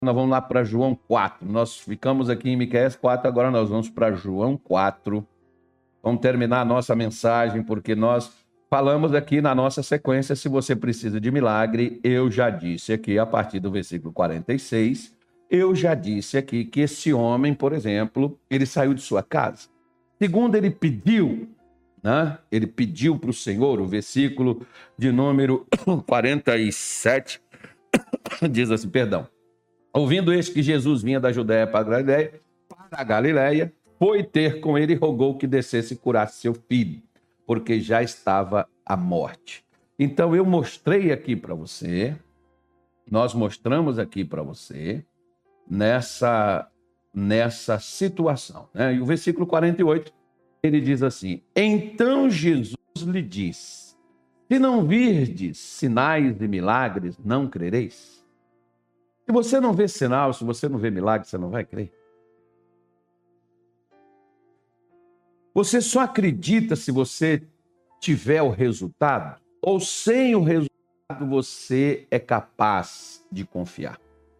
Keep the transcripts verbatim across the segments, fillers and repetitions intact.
Nós vamos lá para João quatro. Nós ficamos aqui em Miqueias quatro, agora nós vamos para João quatro. Vamos terminar a nossa mensagem, porque nós falamos aqui na nossa sequência, se você precisa de milagre, eu já disse aqui, a partir do versículo quarenta e seis, eu já disse aqui que esse homem, por exemplo, ele saiu de sua casa. Segundo, ele pediu, né? Ele pediu para o Senhor, o versículo de número quarenta e sete, diz assim, perdão. Ouvindo este que Jesus vinha da Judéia para a Galiléia, para a Galiléia, foi ter com ele e rogou que descesse e curasse seu filho, porque já estava à morte. Então eu mostrei aqui para você, nós mostramos aqui para você, nessa, nessa situação, né? E o versículo quarenta e oito, ele diz assim, então Jesus lhe disse, se não virdes sinais e milagres, não crereis? Se você não vê sinal, se você não vê milagre, você não vai crer. Você só acredita se você tiver o resultado, ou sem o resultado você é capaz de confiar.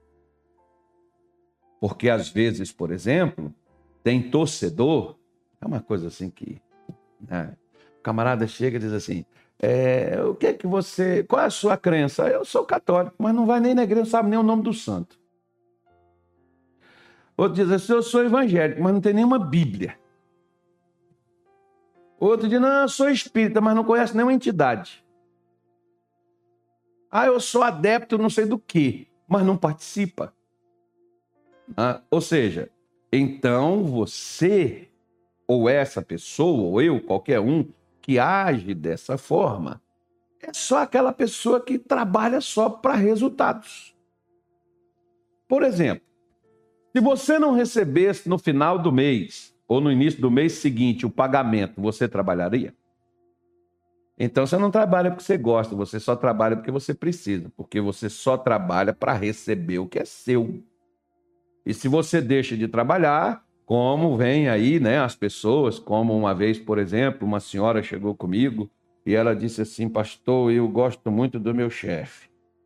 Porque às vezes, por exemplo, tem torcedor, é uma coisa assim que, né, o camarada chega e diz assim, é, o que é que você, qual é a sua crença? Eu sou católico, mas não vai nem na igreja, não sabe nem o nome do santo. Outro diz assim, eu sou evangélico, mas não tem nenhuma Bíblia. Outro diz, não, eu sou espírita, mas não conhece nenhuma entidade. Ah, eu sou adepto não sei do quê, mas não participa. Ah, ou seja, então você, ou essa pessoa, ou eu, qualquer um, que age dessa forma, é só aquela pessoa que trabalha só para resultados. Por exemplo, se você não recebesse no final do mês, ou no início do mês seguinte, o pagamento, você trabalharia? Então você não trabalha porque você gosta, você só trabalha porque você precisa, porque você só trabalha para receber o que é seu. E se você deixa de trabalhar, como vem aí, né, as pessoas, como uma vez, por exemplo, uma senhora chegou comigo e ela disse assim, pastor, eu gosto muito do meu chefe,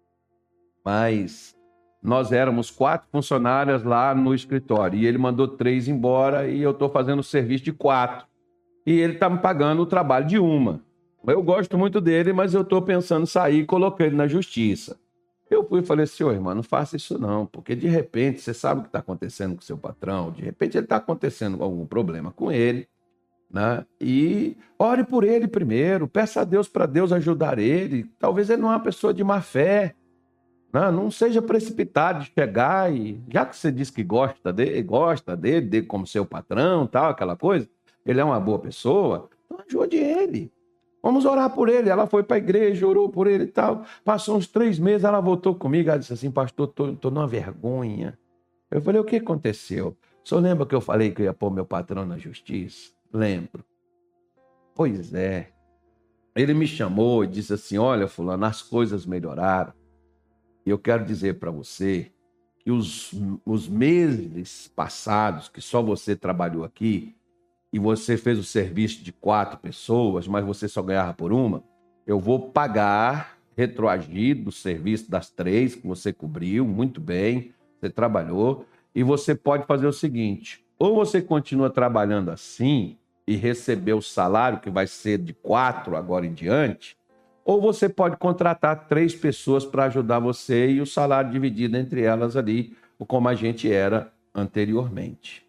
mas nós éramos quatro funcionárias lá no escritório e ele mandou três embora e eu estou fazendo o serviço de quatro e ele está me pagando o trabalho de uma. Eu gosto muito dele, mas eu estou pensando em sair e colocar ele na justiça. Eu fui e falei assim, ô irmão, não faça isso não, porque de repente você sabe o que está acontecendo com o seu patrão, de repente ele está acontecendo algum problema com ele, né? E ore por ele primeiro, peça a Deus para Deus ajudar ele, talvez ele não é uma pessoa de má fé, né? Não seja precipitado de chegar e, já que você diz que gosta dele, gosta dele, dele como seu patrão, tal, aquela coisa, ele é uma boa pessoa, então ajude ele. Vamos orar por ele. Ela foi para a igreja, orou por ele e tal. Passou uns três meses, ela voltou comigo. Ela disse assim, pastor, estou numa vergonha. Eu falei, o que aconteceu? O senhor lembra que eu falei que eu ia pôr meu patrão na justiça? Lembro. Pois é. Ele me chamou e disse assim, olha, fulano, as coisas melhoraram. E eu quero dizer para você que os, os meses passados, que só você trabalhou aqui, e você fez o serviço de quatro pessoas, mas você só ganhava por uma, eu vou pagar retroagido do serviço das três que você cobriu, muito bem, você trabalhou, e você pode fazer o seguinte, ou você continua trabalhando assim e receber o salário, que vai ser de quatro agora em diante, ou você pode contratar três pessoas para ajudar você e o salário dividido entre elas ali, como a gente era anteriormente.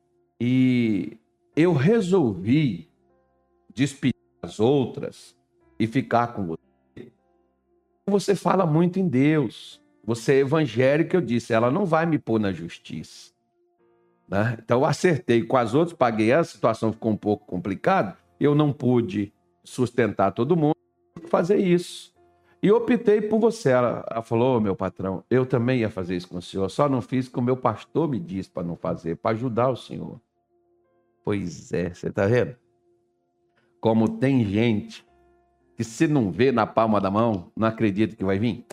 E eu resolvi despedir as outras e ficar com você. Você fala muito em Deus. Você é evangélico, eu disse, ela não vai me pôr na justiça. Né? Então eu acertei com as outras, paguei, a situação ficou um pouco complicada, eu não pude sustentar todo mundo, fazer isso. E optei por você. Ela, ela falou, oh, meu patrão, eu também ia fazer isso com o senhor, só não fiz como o meu pastor me disse para não fazer, para ajudar o senhor. Pois é, você está vendo? Como tem gente que se não vê na palma da mão, não acredita que vai vir?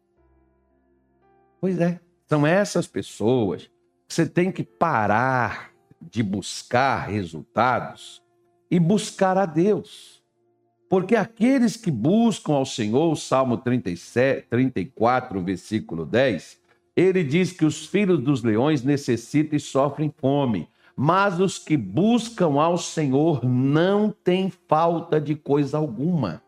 Pois é, são essas pessoas que você tem que parar de buscar resultados e buscar a Deus. Porque aqueles que buscam ao Senhor, o Salmo trinta e sete, trinta e quatro, versículo dez, ele diz que os filhos dos leões necessitam e sofrem fome, mas os que buscam ao Senhor não têm falta de coisa alguma.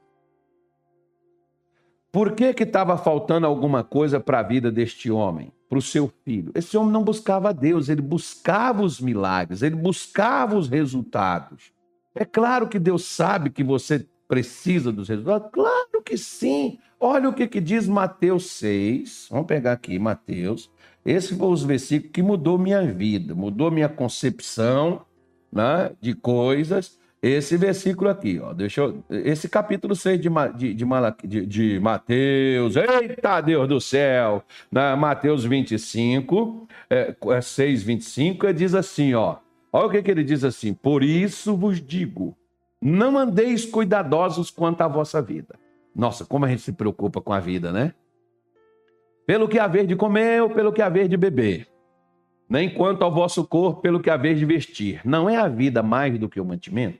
Por que que estava faltando alguma coisa para a vida deste homem, para o seu filho? Esse homem não buscava a Deus, ele buscava os milagres, ele buscava os resultados. É claro que Deus sabe que você precisa dos resultados? Claro que sim. Olha o que, que diz Mateus seis. Vamos pegar aqui Mateus. Esse foi os versículos que mudou minha vida, mudou minha concepção, né, de coisas. Esse versículo aqui, ó, deixa eu, esse capítulo seis de, de, de, de, de Mateus, eita Deus do céu, né, Mateus vinte e cinco, é, seis, vinte e cinco, ele diz assim, ó, olha o que, que ele diz assim: por isso vos digo, não andeis cuidadosos quanto à vossa vida. Nossa, como a gente se preocupa com a vida, né? Pelo que haver de comer ou pelo que haver de beber, nem quanto ao vosso corpo, pelo que haver de vestir. Não é a vida mais do que o mantimento?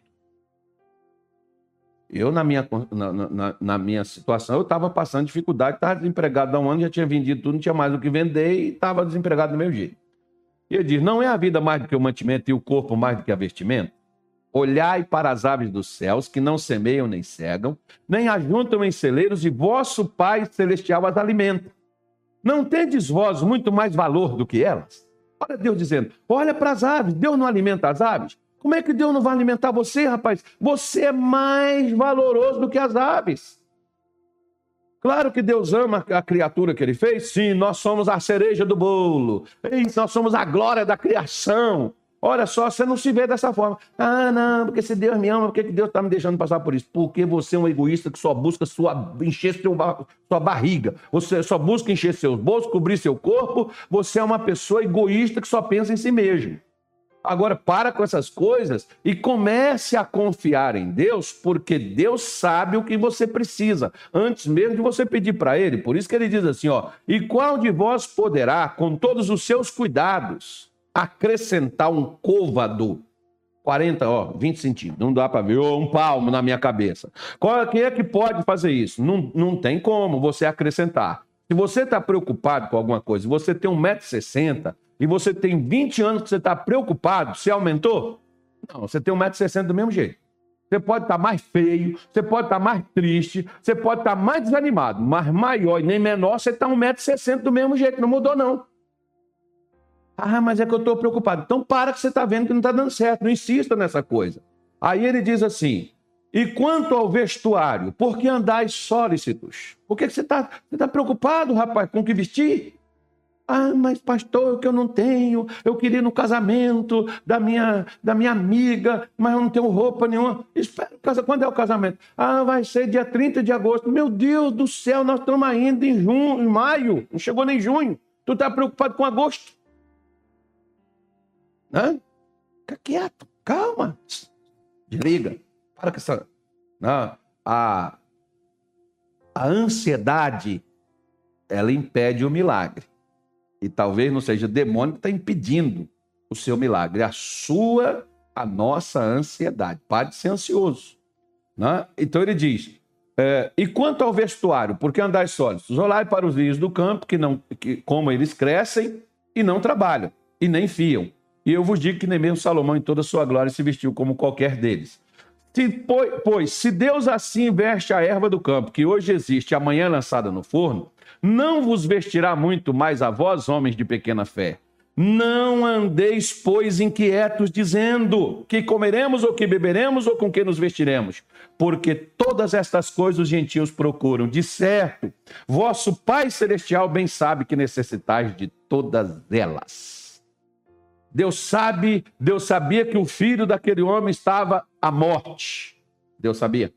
Eu, na minha, na, na, na minha situação, eu estava passando dificuldade, estava desempregado há um ano, já tinha vendido tudo, não tinha mais o que vender e estava desempregado do meu jeito. E ele diz, não é a vida mais do que o mantimento e o corpo mais do que a vestimenta? Olhai para as aves dos céus, que não semeiam nem cegam, nem ajuntam em celeiros, e vosso Pai Celestial as alimenta. Não tendes vós muito mais valor do que elas? Olha Deus dizendo, olha para as aves, Deus não alimenta as aves? Como é que Deus não vai alimentar você, rapaz? Você é mais valoroso do que as aves. Claro que Deus ama a criatura que ele fez. Sim, nós somos a cereja do bolo. Ei, nós somos a glória da criação. Olha só, você não se vê dessa forma. Ah, não, porque se Deus me ama, por que Deus está me deixando passar por isso? Porque você é um egoísta que só busca sua, encher seu, sua barriga. Você só busca encher seus bolsos, cobrir seu corpo. Você é uma pessoa egoísta que só pensa em si mesmo. Agora, para com essas coisas e comece a confiar em Deus, porque Deus sabe o que você precisa, antes mesmo de você pedir para Ele. Por isso que ele diz assim, ó, e qual de vós poderá, com todos os seus cuidados, acrescentar um côvado? quarenta, ó, vinte centímetros, não dá para ver, oh, um palmo na minha cabeça. Qual, quem é que pode fazer isso? Não, não tem como você acrescentar. Se você está preocupado com alguma coisa, você tem um metro e sessenta e você tem vinte anos que você está preocupado, você aumentou? Não, você tem um metro e sessenta do mesmo jeito. Você pode estar mais feio, você pode estar mais triste, você pode estar mais desanimado, mas maior e nem menor, você está um metro e sessenta do mesmo jeito, não mudou não. Ah, mas é que eu estou preocupado. Então para que você está vendo que não está dando certo, não insista nessa coisa. Aí ele diz assim, e quanto ao vestuário, por que andais solícitos? Por que você está você tá preocupado, rapaz, com o que vestir? Ah, mas pastor, o que eu não tenho, eu queria ir no casamento da minha, da minha amiga, mas eu não tenho roupa nenhuma. Espera, quando é o casamento? Ah, vai ser dia trinta de agosto. Meu Deus do céu, nós estamos ainda em junho, em maio, não chegou nem junho. Tu está preocupado com agosto? Hã? Fica quieto, calma. Desliga. Para com essa... Não, a, a ansiedade, ela impede o milagre. E talvez não seja o demônio que está impedindo o seu milagre. A sua, a nossa ansiedade. Pare de ser ansioso. Né? Então ele diz, é, e quanto ao vestuário, por que andais sólidos? Olhai para os lírios do campo, que não, que, como eles crescem e não trabalham, e nem fiam. E eu vos digo que nem mesmo Salomão em toda a sua glória se vestiu como qualquer deles. Se, pois, pois, se Deus assim veste a erva do campo, que hoje existe, amanhã lançada no forno, não vos vestirá muito mais a vós, homens de pequena fé. Não andeis, pois, inquietos, dizendo que comeremos ou que beberemos ou com que nos vestiremos. Porque todas estas coisas os gentios procuram. De certo, vosso Pai Celestial bem sabe que necessitais de todas elas. Deus sabe, Deus sabia que o filho daquele homem estava à morte. Deus sabia.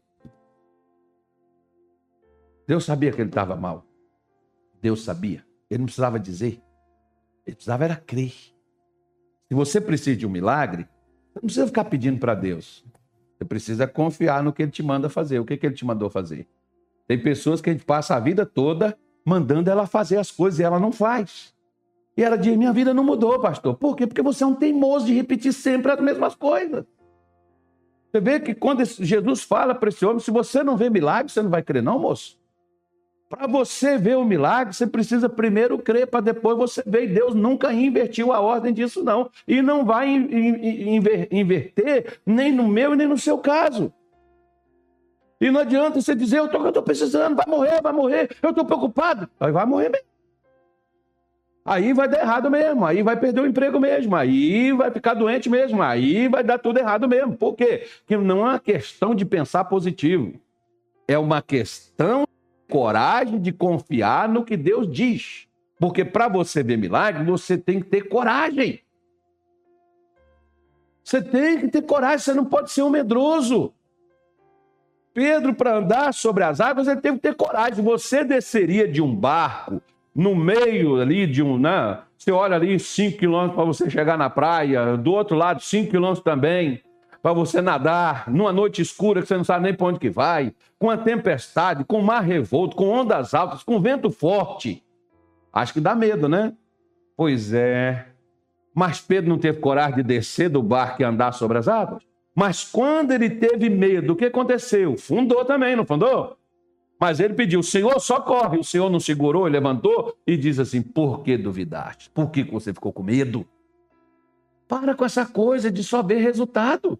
Deus sabia que ele estava mal. Deus sabia. Ele não precisava dizer. Ele precisava era crer. Se você precisa de um milagre, você não precisa ficar pedindo para Deus. Você precisa confiar no que Ele te manda fazer. O que, que Ele te mandou fazer? Tem pessoas que a gente passa a vida toda mandando ela fazer as coisas e ela não faz. E ela diz, minha vida não mudou, pastor. Por quê? Porque você é um teimoso de repetir sempre as mesmas coisas. Você vê que quando Jesus fala para esse homem, se você não vê milagre, você não vai crer não, moço? Para você ver o milagre, você precisa primeiro crer, para depois você ver. E Deus nunca invertiu a ordem disso, não. E não vai inverter nem no meu e nem no seu caso. E não adianta você dizer, eu estou precisando, vai morrer, vai morrer, eu estou preocupado. Aí vai morrer mesmo. Aí vai dar errado mesmo, aí vai perder o emprego mesmo, aí vai ficar doente mesmo, aí vai dar tudo errado mesmo. Por quê? Porque não é uma questão de pensar positivo. É uma questão de coragem de confiar no que Deus diz. Porque para você ver milagre, você tem que ter coragem. Você tem que ter coragem, você não pode ser um medroso. Pedro, para andar sobre as águas, ele teve que ter coragem. Você desceria de um barco no meio ali de um... Né? Você olha ali cinco quilômetros para você chegar na praia, do outro lado cinco quilômetros também, para você nadar, numa noite escura que você não sabe nem para onde que vai, com a tempestade, com mar revolto, com ondas altas, com vento forte. Acho que dá medo, né? Pois é. Mas Pedro não teve coragem de descer do barco e andar sobre as águas? Mas quando ele teve medo, o que aconteceu? Fundou também, não fundou? Mas ele pediu, Senhor, socorre. O Senhor não segurou, ele levantou e diz assim, por que duvidaste? Por que você ficou com medo? Para com essa coisa de só ver resultado.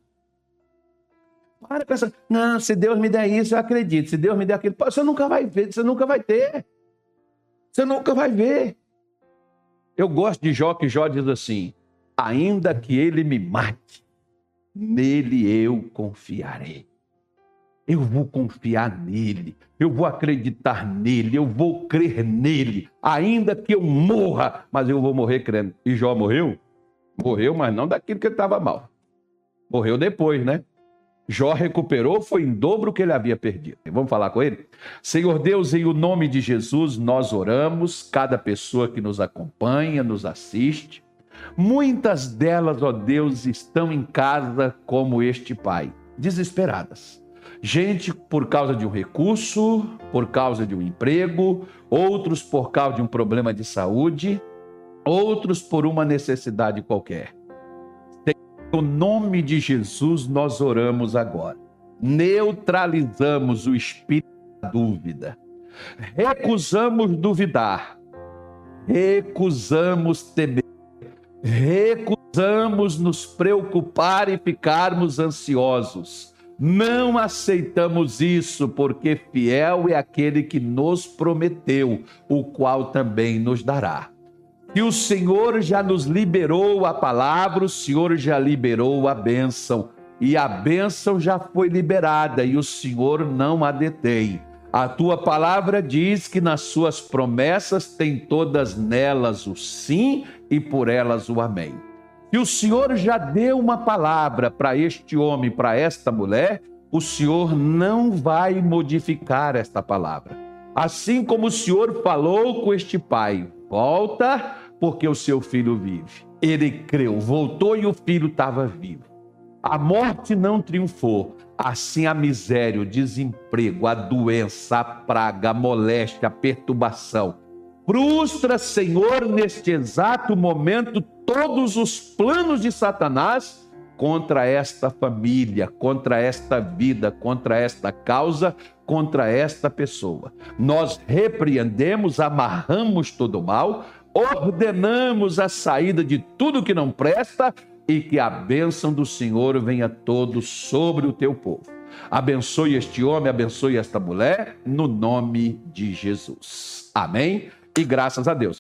Para com essa... Não, se Deus me der isso, eu acredito. Se Deus me der aquilo, você nunca vai ver, você nunca vai ter. Você nunca vai ver. Eu gosto de Jó, que Jó diz assim, ainda que ele me mate, nele eu confiarei. Eu vou confiar nele, eu vou acreditar nele, eu vou crer nele, ainda que eu morra, mas eu vou morrer crendo. E Jó morreu? Morreu, mas não daquilo que ele estava mal. Morreu depois, né? Jó recuperou, foi em dobro o que ele havia perdido. Vamos falar com ele? Senhor Deus, em o nome de Jesus, nós oramos, cada pessoa que nos acompanha, nos assiste. Muitas delas, ó Deus, estão em casa como este pai, desesperadas. Gente por causa de um recurso, por causa de um emprego, outros por causa de um problema de saúde, outros por uma necessidade qualquer. No nome de Jesus nós oramos agora. Neutralizamos o espírito da dúvida. Recusamos duvidar. Recusamos temer. Recusamos nos preocupar e ficarmos ansiosos. Não aceitamos isso, porque fiel é aquele que nos prometeu, o qual também nos dará. E o Senhor já nos liberou a palavra, o Senhor já liberou a bênção. E a bênção já foi liberada e o Senhor não a detém. A tua palavra diz que nas suas promessas tem todas nelas o sim e por elas o amém. E o Senhor já deu uma palavra para este homem, para esta mulher, o Senhor não vai modificar esta palavra. Assim como o Senhor falou com este pai, volta porque o seu filho vive. Ele creu, voltou e o filho estava vivo. A morte não triunfou. Assim a miséria, o desemprego, a doença, a praga, a moléstia, a perturbação. Frustra, Senhor, neste exato momento, todos os planos de Satanás contra esta família, contra esta vida, contra esta causa, contra esta pessoa. Nós repreendemos, amarramos todo o mal, ordenamos a saída de tudo que não presta e que a bênção do Senhor venha todo sobre o teu povo. Abençoe este homem, abençoe esta mulher, no nome de Jesus. Amém? E graças a Deus.